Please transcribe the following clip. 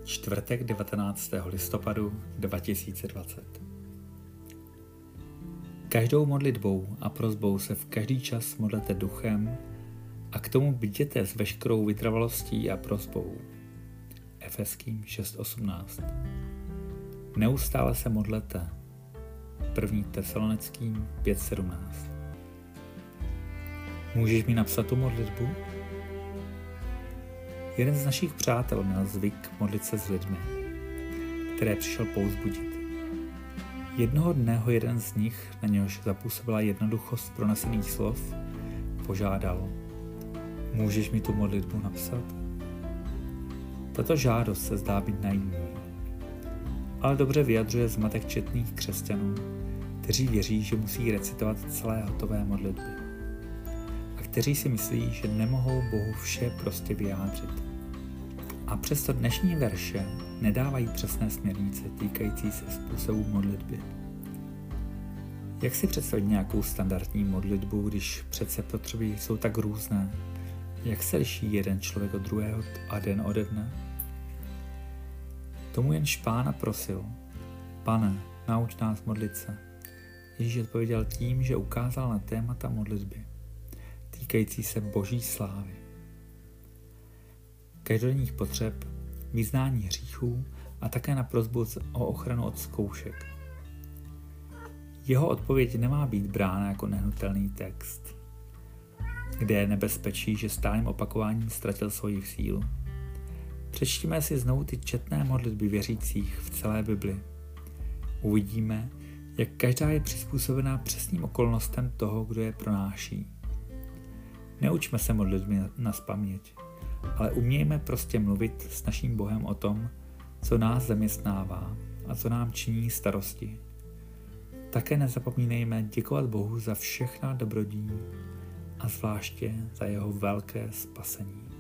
Čtvrtek 19. listopadu 2020. Každou modlitbou a prosbou se v každý čas modlete duchem a k tomu bděte s veškerou vytrvalostí a prosbou. Efeským 6.18. Neustále se modlete. 1. Tesalonickým 5.17. Můžeš mi napsat tu modlitbu? Jeden z našich přátel měl zvyk modlit se s lidmi, které přišel povzbudit. Jednoho dne ho jeden z nich, na něhož zapůsobila jednoduchost pronesených slov, požádal: můžeš mi tu modlitbu napsat? Tato žádost se zdá být naivní, ale dobře vyjadřuje zmatek četných křesťanů, kteří věří, že musí recitovat celé hotové modlitby a kteří si myslí, že nemohou Bohu vše prostě vyjádřit. A přesto dnešní verše nedávají přesné směrnice týkající se způsobu modlitby. Jak si představit nějakou standardní modlitbu, když přece potřeby jsou tak různé? Jak se liší jeden člověk od druhého a den ode dne? Tomu jenž Pána prosil: Pane, nauč nás modlit se. Ježíš odpověděl tím, že ukázal na témata modlitby, týkající se Boží slávy, každodenních potřeb, vyznání hříchů a také na prosbu o ochranu od zkoušek. Jeho odpověď nemá být brána jako nehnutelný text, kde je nebezpečí, že stálým opakováním ztratil svoji sílu. Přečtíme si znovu ty četné modlitby věřících v celé Bibli. Uvidíme, jak každá je přizpůsobená přesným okolnostem toho, kdo je pronáší. Neučme se modlitby nazpaměť, ale umějme prostě mluvit s naším Bohem o tom, co nás zaměstnává a co nám činí starosti. Také nezapomínejme děkovat Bohu za všechna dobrodí a zvláště za jeho velké spasení.